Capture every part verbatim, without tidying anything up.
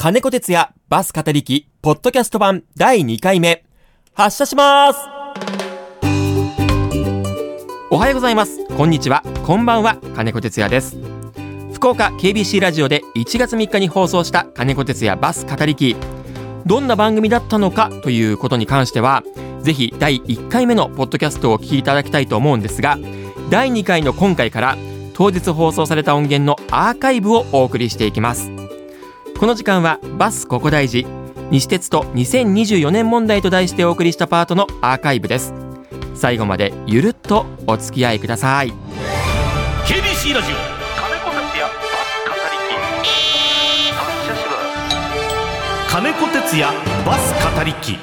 金子哲也バス語りきポッドキャスト版だいにかいめ発車します。おはようございます、こんにちは、こんばんは。金子哲也です。福岡 ケービーシー ラジオでいちがつみっかに放送した金子哲也バス語りき、どんな番組だったのかということに関してはぜひだいいっかいめのポッドキャストをお聞きいただきたいと思うんですが、だいにかいの今回から当日放送された音源のアーカイブをお送りしていきます。この時間はバスここ大事西鉄とにせんにじゅうよねん問題と題してお送りしたパートのアーカイブです。最後までゆるっとお付き合いください。 ケービーシー ラジオ金子哲也バス語りき発車します。金子哲也バス語りき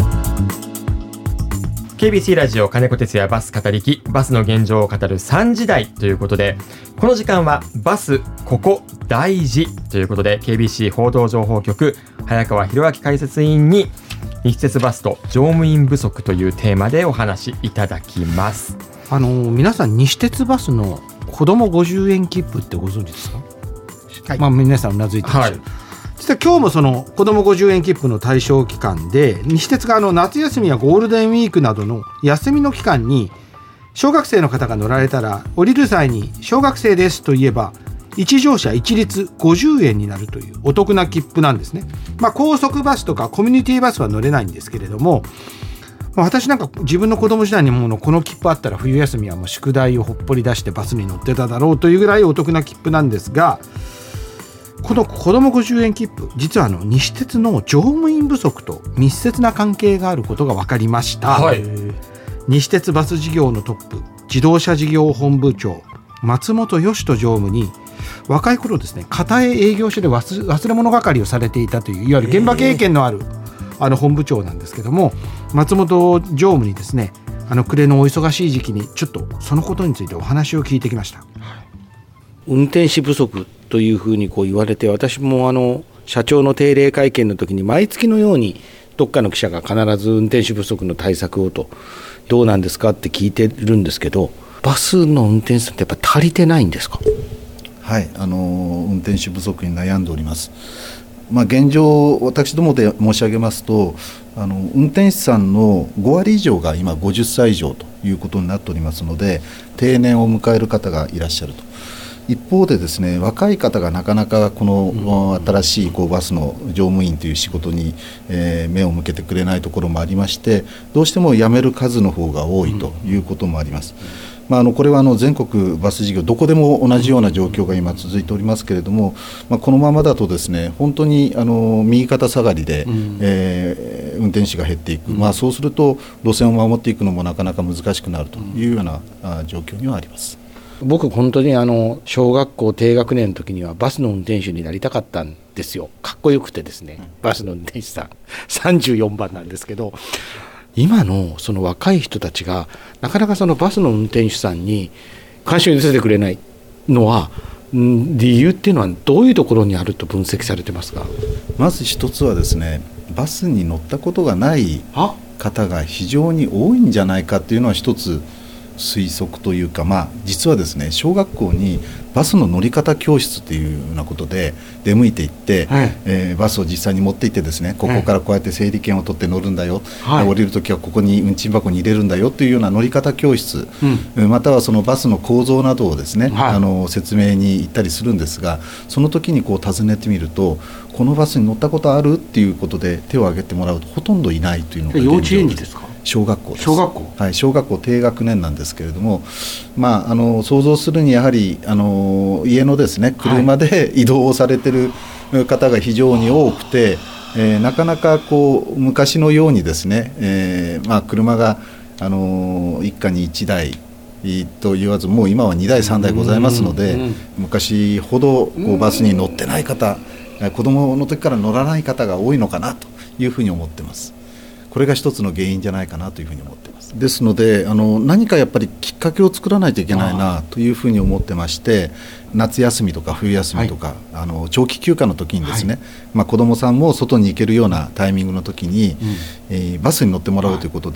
ケービーシー ラジオ金子哲也バス語りき、バスの現状を語るさんじ台ということで、この時間はバスここ大事ということで ケービーシー 報道情報局早川博明解説委員に西鉄バスと乗務員不足というテーマでお話しいただきます。 あの皆さん西鉄バスの子どもごじゅうえん切符ってご存知ですか？はい、まあ、皆さんうなずいてらっしゃる、はい、実は今日もその子どもごじゅうえん切符の対象期間で西鉄があの夏休みやゴールデンウィークなどの休みの期間に小学生の方が乗られたら降りる際に小学生ですと言えばいち乗車一律ごじゅうえんになるというお得な切符なんですね。まあ、高速バスとかコミュニティバスは乗れないんですけれども、まあ、私なんか自分の子供時代にもうこの切符あったら冬休みはもう宿題をほっぽり出してバスに乗ってただろうというぐらいお得な切符なんですが、この子どもごじゅうえん切符、実はあの西鉄の乗務員不足と密接な関係があることが分かりました。はい、西鉄バス事業のトップ自動車事業本部長松本義人常務に若い頃ですね、片江営業所で 忘, 忘れ物係をされていたといういわゆる現場経験のあるあの本部長なんですけども、松本常務にですね、あの暮れのお忙しい時期にちょっとそのことについてお話を聞いてきました。運転士不足というふうにこう言われて、私もあの社長の定例会見の時に毎月のようにどっかの記者が必ず運転手不足の対策をとどうなんですかって聞いてるんですけど、バスの運転手さんってやっぱ足りてないんですか？ はい、あの運転手不足に悩んでおります。まあ、現状私どもで申し上げますと、あの運転手さんのごわり以上が今ごじゅっさい以上ということになっておりますので、定年を迎える方がいらっしゃると。一方でですね、若い方がなかなかこの新しいこうバスの乗務員という仕事に、えー、目を向けてくれないところもありまして、どうしても辞める数の方が多いということもあります。まあ、あのこれはあの全国バス事業どこでも同じような状況が今続いておりますけれども、まあ、このままだとですね、本当にあの右肩下がりで、うんえー、運転手が減っていく、まあ、そうすると路線を守っていくのもなかなか難しくなるというような、うん、状況にはあります。 僕本当にあの小学校低学年の時にはバスの運転手になりたかったんですよ。かっこよくてですね、バスの運転手さんさんじゅうよんばんなんですけど、今のその若い人たちがなかなかそのバスの運転手さんに関心を寄せてくれないのは、理由っていうのはどういうところにあると分析されてますか？ まず一つはですね、バスに乗ったことがない方が非常に多いんじゃないかっていうのは一つ推測というか、まあ、実はですね、小学校にバスの乗り方教室というようなことで出向いていって、はいえー、バスを実際に持っていってですね、ここからこうやって整理券を取って乗るんだよ、はい、降りるときはここに運賃箱に入れるんだよというような乗り方教室、うん、またはそのバスの構造などをですね、はい、あの説明に行ったりするんですが、その時にこう尋ねてみると、このバスに乗ったことあるっていうことで手を挙げてもらうとほとんどいないというのが現状です。幼稚園児ですか？小学校です。 小学校、 はい、小学校低学年なんですけれども、まあ、あの想像するにやはりあの家のですね車で移動をされている方が非常に多くて、はいえー、なかなかこう昔のようにですね、えーまあ、車があの一家にいちだいと言わず、もう今はにだいさんだいございますので、うんうん、昔ほどこうバスに乗ってない方、子どもの時から乗らない方が多いのかなというふうに思っています。これが一つの原因じゃないかなというふうに思っています。ですので、あの何かやっぱりきっかけを作らないといけないなというふうに思ってまして、夏休みとか冬休みとか、はい、あの長期休暇の時にですね、はいまあ、子どもさんも外に行けるようなタイミングの時に、うんえー、バスに乗ってもらうということで、はい、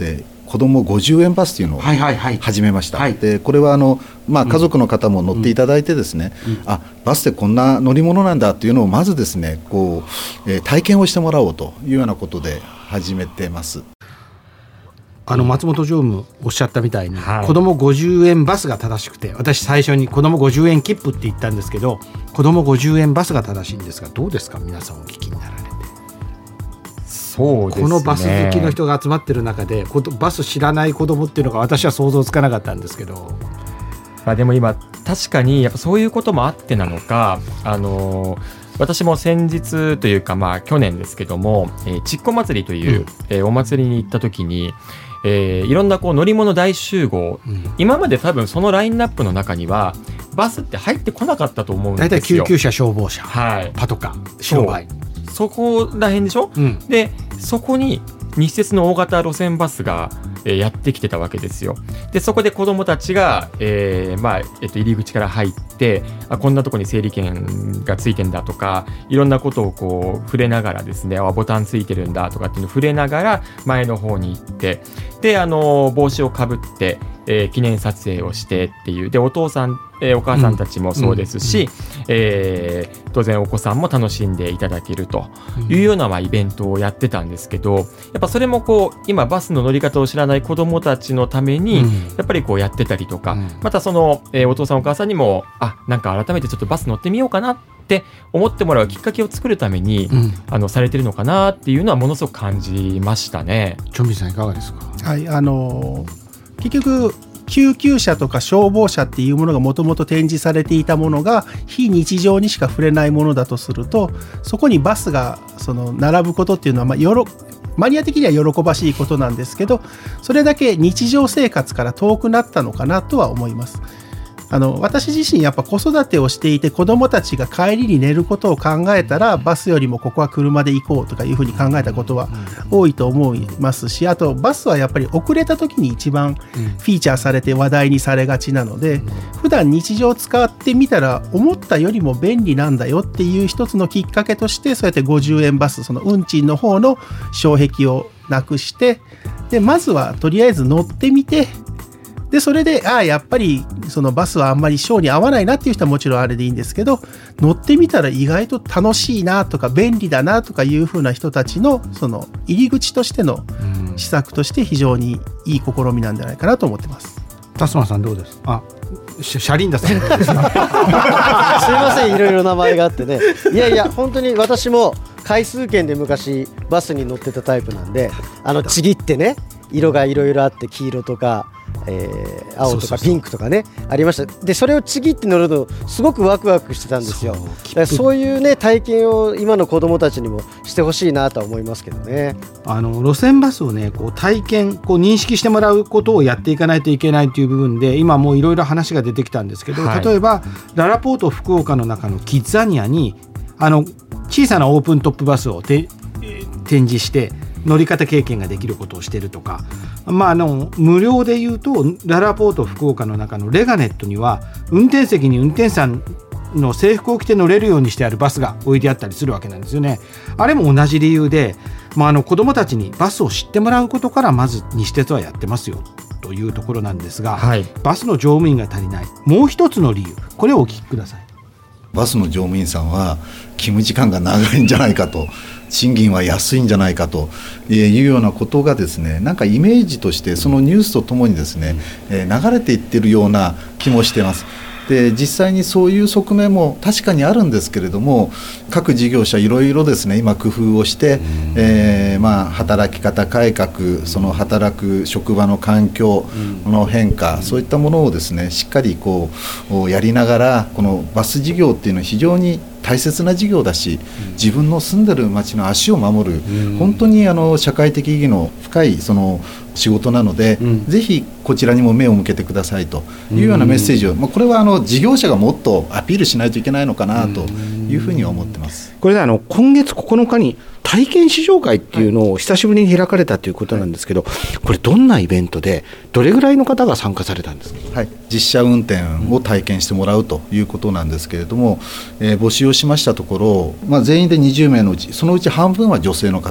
子どもごじゅうえんバスというのを始めました、はいはいはい、でこれはあの、まあ、家族の方も乗っていただいてですね、うんうん、あバスってこんな乗り物なんだというのをまずですねこう、えー、体験をしてもらおうというようなことで始めてます。 あの松本常務おっしゃったみたいに、はい、子どもごじゅうえんバスが正しくて、私最初に子どもごじゅうえん切符って言ったんですけど、子どもごじゅうえんバスが正しいんですが、どうですか皆さんお聞きになられて。 そうですね、 このバス好きの人が集まってる中でバス知らない子どもっていうのが私は想像つかなかったんですけど、 まあ、でも今確かにやっぱそういうこともあってなのか、あのー、私も先日というか、まあ、去年ですけども、えー、ちっこ祭りという、うんえー、お祭りに行った時に、えー、いろんなこう乗り物大集合、うん、今まで多分そのラインナップの中にはバスって入ってこなかったと思うんですよ。 大体救急車、消防車、 はい、 パトカー、商売、 そこら辺でしょ、うん、でそこに日鉄の大型路線バスが、えー、やってきてたわけですよ。でそこで子どもたちが、えーまあえっと、入り口から入ってあこんなとこに整理券がついてんだとかいろんなことをこう触れながらですね、あボタンついてるんだとかっていうのを触れながら前の方に行って、であの帽子をかぶって、えー、記念撮影をしてっていうでお父さん、えー、お母さんたちもそうですし、うんうんえー、当然お子さんも楽しんでいただけるというような、まあ、イベントをやってたんですけど、やっぱそれもこう今バスの乗り方を知らない子どもたちのために、うん、やっぱりこうやってたりとか、うん、またその、えー、お父さんお母さんにもあなんか改めてちょっとバス乗ってみようかなって思ってもらうきっかけを作るために、うん、あのされてるのかなっていうのはものすごく感じましたね。 チョンビンさんいかがですか。 はいあのー、結局救急車とか消防車っていうものがもともと展示されていたものが非日常にしか触れないものだとすると、そこにバスがその並ぶことっていうのは、まあ、よろマニア的には喜ばしいことなんですけど、それだけ日常生活から遠くなったのかなとは思います。あの私自身やっぱ子育てをしていて子どもたちが帰りに寝ることを考えたらバスよりもここは車で行こうとかいうふうに考えたことは多いと思いますし、あとバスはやっぱり遅れた時に一番フィーチャーされて話題にされがちなので、普段日常使ってみたら思ったよりも便利なんだよっていう一つのきっかけとして、そうやってごじゅうえんバス、その運賃の方の障壁をなくして、でまずはとりあえず乗ってみて、でそれでああやっぱりそのバスはあんまり性に合わないなっていう人はもちろんあれでいいんですけど、乗ってみたら意外と楽しいなとか便利だなとかいう風な人たちのその入り口としての施策として非常にいい試みなんじゃないかなと思ってます。 タスマさんどうですか。あシャリンダさんどうですか。 すいませんいろいろ名前があってね、いやいや本当に私も回数券で昔バスに乗ってたタイプなんで、あのちぎってね色がいろいろあって黄色とかえー、青とかピンクとかねありました。でそれをちぎって乗るのすごくワクワクしてたんですよ。そう、だからそういうね体験を今の子どもたちにもしてほしいなとは思いますけどね。 あの路線バスをねこう体験こう認識してもらうことをやっていかないといけないという部分で今もういろいろ話が出てきたんですけど、はい、例えばララポート福岡の中のキッザニアにあの小さなオープントップバスをて展示して乗り方経験ができることをしているとか、まあ、あの無料で言うとララポート福岡の中のレガネットには運転席に運転手さんの制服を着て乗れるようにしてあるバスが置いてあったりするわけなんですよね。あれも同じ理由で、まあ、あの子どもたちにバスを知ってもらうことからまず西鉄はやってますよというところなんですが、はい、バスの乗務員が足りないもう一つの理由、これをお聞きください。 バスの乗務員さんは勤務時間が長いんじゃないかと、賃金は安いんじゃないかというようなことがですね、なんかイメージとしてそのニュースとともにですね、えー、流れていっているような気もしています。で実際にそういう側面も確かにあるんですけれども、各事業者いろいろですね今工夫をして、えーまあ、働き方改革、その働く職場の環境の変化、そういったものをですねしっかりこうやりながら、このバス事業っていうのは非常に大切な事業だし、自分の住んでる町の足を守る本当にあの社会的意義の深いその仕事なので、うん、ぜひこちらにも目を向けてくださいというようなメッセージを、まあ、これはあの事業者がもっとアピールしないといけないのかなというふうには思ってます。 これであの今月ここのかに体験試乗会っていうのを久しぶりに開かれたということなんですけど、これどんなイベントでどれぐらいの方が参加されたんですか。 はい、実車運転を体験してもらうということなんですけれども、えー、募集をしましたところ、まあ、全員でにじゅうめいのうちそのうち半分は女性の方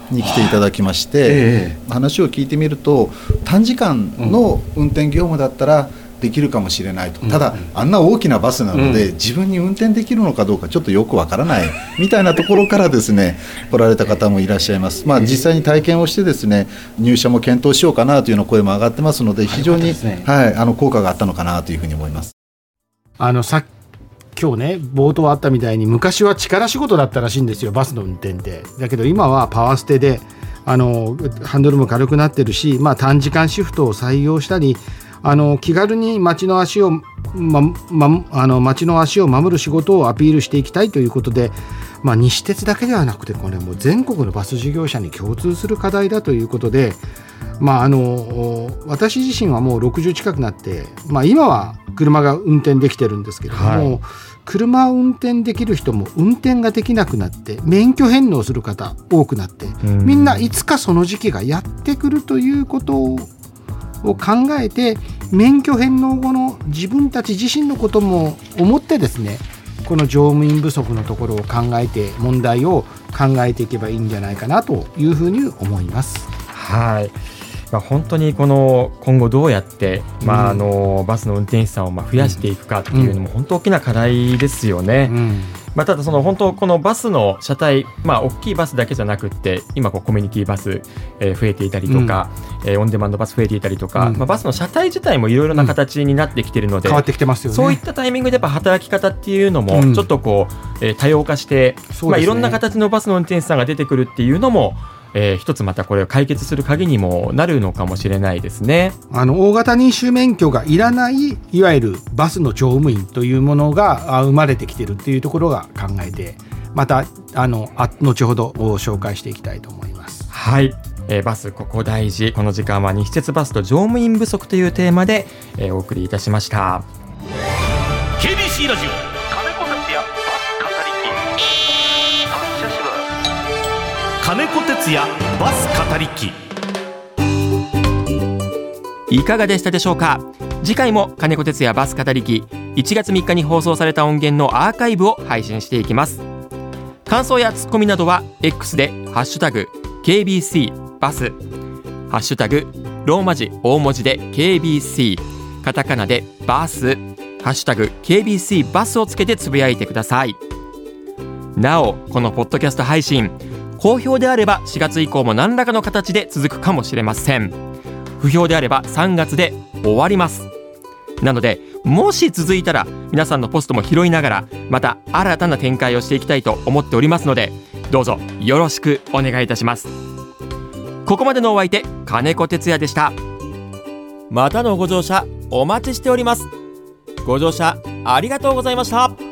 に来ていただきまして、 ええ、 話を聞いてみると短時間の運転業務だったらできるかもしれないと、ただあんな大きなバスなので、うん、自分に運転できるのかどうかちょっとよくわからないみたいなところからですね来られた方もいらっしゃいます。まあ、実際に体験をしてですね入社も検討しようかなというような声も上がってますので、非常に、ね、はい、あの効果があったのかなというふうに思います。 あのさ今日ね冒頭あったみたいに昔は力仕事だったらしいんですよ、バスの運転で。だけど今はパワーステであのハンドルも軽くなってるし、まあ、短時間シフトを採用したり、あの気軽に街の足を、まま、あの街の足を守る仕事をアピールしていきたいということで、まあ、西鉄だけではなくてこれもう全国のバス事業者に共通する課題だということで、まあ、あの私自身はもうろくじゅう近くなって、まあ、今は車が運転できてるんですけれども、はい、車を運転できる人も運転ができなくなって免許返納する方多くなって、みんないつかその時期がやってくるということをを考えて、免許返納後の自分たち自身のことも思ってですね、この乗務員不足のところを考えて問題を考えていけばいいんじゃないかなというふうに思います。 はい、まあ、本当にこの今後どうやって、まあ、あのバスの運転手さんをまあ増やしていくかっていうのも本当大きな課題ですよね。うんうん、まあ、ただその本当このバスの車体、まあ、大きいバスだけじゃなくって今こうコミュニティバス、えー、増えていたりとか、うん、えー、オンデマンドバス増えていたりとか、うん、まあ、バスの車体自体もいろいろな形になってきているので、 変わってきてますよね。 そういったタイミングでやっぱ働き方っていうのもちょっとこう、うん、えー、多様化して、まあ、いろんな形のバスの運転手さんが出てくるっていうのも、えー、一つまたこれを解決する鍵にもなるのかもしれないですね。 あの大型認証免許がいらないいわゆるバスの乗務員というものが生まれてきているっていうところが考えて、またあのあ後ほど紹介していきたいと思います。 はい、えー、バスここ大事。この時間は西鉄バスと乗務員不足というテーマで、えー、お送りいたしました。 ケービーシー ラジオ金子哲也バス語りき発車します金子哲也バス語りき。 いかがでしたでしょうか。次回も金子哲也バス語りきいちがつみっかに放送された音源のアーカイブを配信していきます。感想やツッコミなどは X でハッシュタグ ケービーシー バス、ハッシュタグローマ字大文字で ケービーシー、 カタカナでバス、ハッシュタグ ケービーシー バスをつけてつぶやいてください。なおこのポッドキャスト配信好評であればしがつ以降も何らかの形で続くかもしれません。不評であればさんがつで終わります。なのでもし続いたら皆さんのポストも拾いながらまた新たな展開をしていきたいと思っておりますので、どうぞよろしくお願いいたします。ここまでのお相手金子哲也でした。またのご乗車お待ちしております。ご乗車ありがとうございました。